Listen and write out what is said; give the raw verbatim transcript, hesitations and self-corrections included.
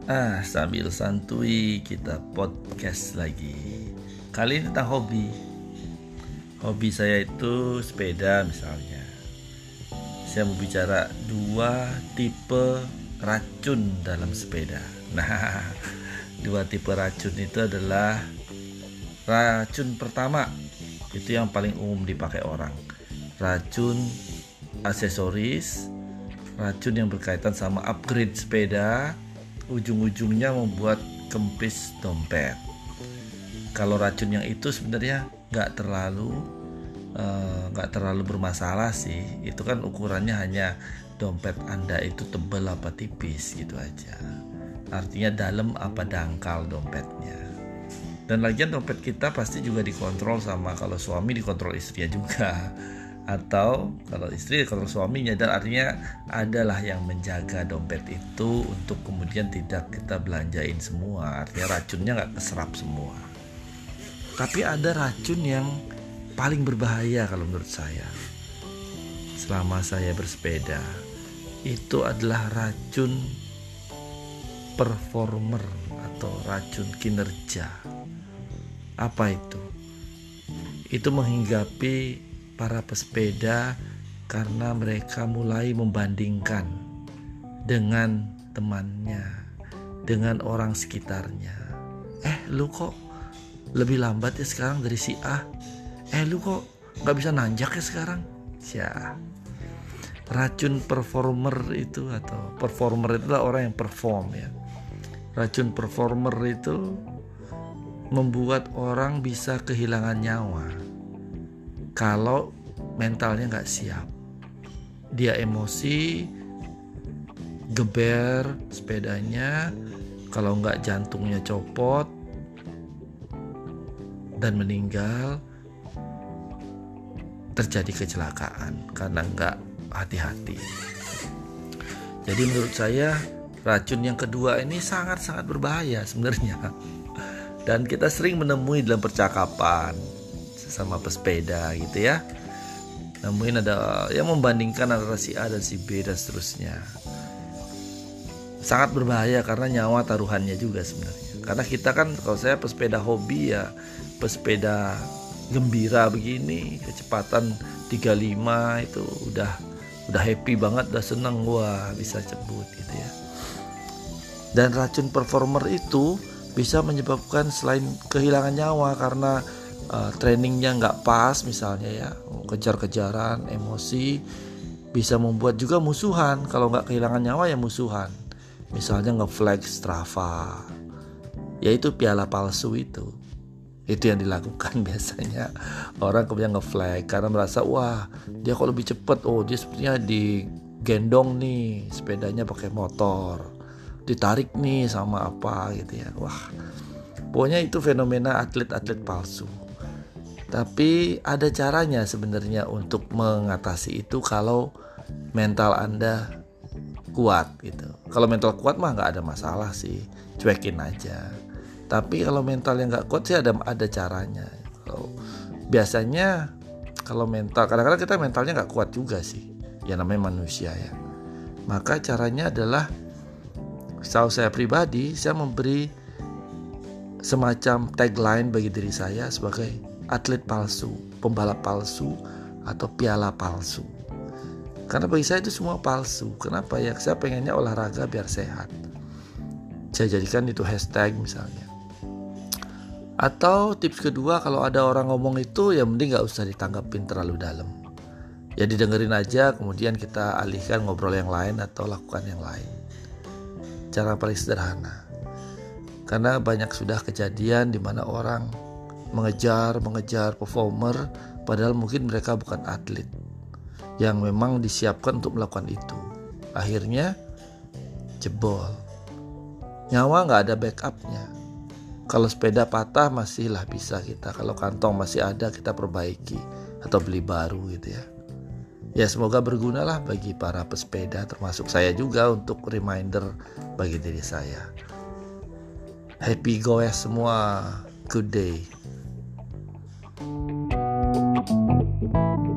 Ah, sambil santuy kita podcast lagi. Kali ini tentang hobi. Hobi saya itu sepeda misalnya. Saya mau bicara dua tipe racun dalam sepeda. Nah, dua tipe racun itu adalah racun pertama, itu yang paling umum dipakai orang. Racun aksesoris, racun yang berkaitan sama upgrade sepeda, ujung-ujungnya membuat kempis dompet. Kalau racun yang itu sebenarnya nggak terlalu nggak uh, terlalu bermasalah sih. Itu kan ukurannya hanya dompet Anda itu tebal apa tipis gitu aja. Artinya dalam apa dangkal dompetnya. Dan lagian dompet kita pasti juga dikontrol sama, kalau suami dikontrol istrinya juga, atau kalau istri dikontrol suaminya. Dan artinya adalah yang menjaga dompet itu untuk kemudian tidak kita belanjain semua. Artinya racunnya nggak keserap semua. Tapi ada racun yang paling berbahaya kalau menurut saya selama saya bersepeda. Itu adalah racun performer atau racun kinerja. Apa itu? Itu menghinggapi para pesepeda karena mereka mulai membandingkan dengan temannya, dengan orang sekitarnya. Eh lu kok lebih lambat ya sekarang dari si A? Eh lu kok gak bisa nanjak ya sekarang? Ya, racun performer itu, atau performer itu adalah orang yang perform ya. Racun performer itu membuat orang bisa kehilangan nyawa kalau mentalnya gak siap. Dia emosi, geber sepedanya, kalau gak jantungnya copot dan meninggal. Terjadi kecelakaan karena nggak hati-hati. Jadi menurut saya racun yang kedua ini sangat-sangat berbahaya sebenarnya. Dan kita sering menemui dalam percakapan sesama pesepeda gitu ya. Nemuin ada yang membandingkan antara si A dan si B dan seterusnya. Sangat berbahaya karena nyawa taruhannya juga sebenarnya. Karena kita kan, kalau saya pesepeda hobi ya, pesepeda gembira begini, kecepatan tiga puluh lima itu udah udah happy banget, udah seneng, wah bisa cebut gitu ya. Dan racun performer itu bisa menyebabkan selain kehilangan nyawa karena uh, trainingnya nggak pas misalnya ya, kejar-kejaran, emosi, bisa membuat juga musuhan. Kalau nggak kehilangan nyawa ya musuhan. Misalnya nge-flag Strava, yaitu piala palsu itu. Itu yang dilakukan biasanya. Orang kemudian nge-flag karena merasa wah dia kok lebih cepat, oh dia sepertinya digendong nih sepedanya pakai motor, ditarik nih sama apa gitu ya. Wah, pokoknya itu fenomena atlet-atlet palsu. Tapi ada caranya sebenarnya untuk mengatasi itu kalau mental Anda kuat gitu. Kalau mental kuat mah nggak ada masalah sih, cuekin aja. Tapi kalau mental yang nggak kuat sih ada ada caranya. Kalau biasanya kalau mental, kadang-kadang kita mentalnya nggak kuat juga sih. Ya namanya manusia ya. Maka caranya adalah, setahu saya pribadi, saya memberi semacam tagline bagi diri saya sebagai atlet palsu, pembalap palsu, atau piala palsu. Karena bagi saya itu semua palsu. Kenapa ya? Saya pengennya olahraga biar sehat. Saya jadikan itu hashtag misalnya. Atau tips kedua, kalau ada orang ngomong itu ya mending gak usah ditanggapin terlalu dalam. Ya didengerin aja, kemudian kita alihkan ngobrol yang lain atau lakukan yang lain. Cara paling sederhana. Karena banyak sudah kejadian di mana orang mengejar-mengejar performer padahal mungkin mereka bukan atlet yang memang disiapkan untuk melakukan itu. Akhirnya jebol. Nyawa gak ada backupnya. Kalau sepeda patah masihlah bisa kita, kalau kantong masih ada kita perbaiki atau beli baru gitu ya. Ya semoga berguna lah bagi para pesepeda, termasuk saya juga, untuk reminder bagi diri saya. Happy goes semua, good day.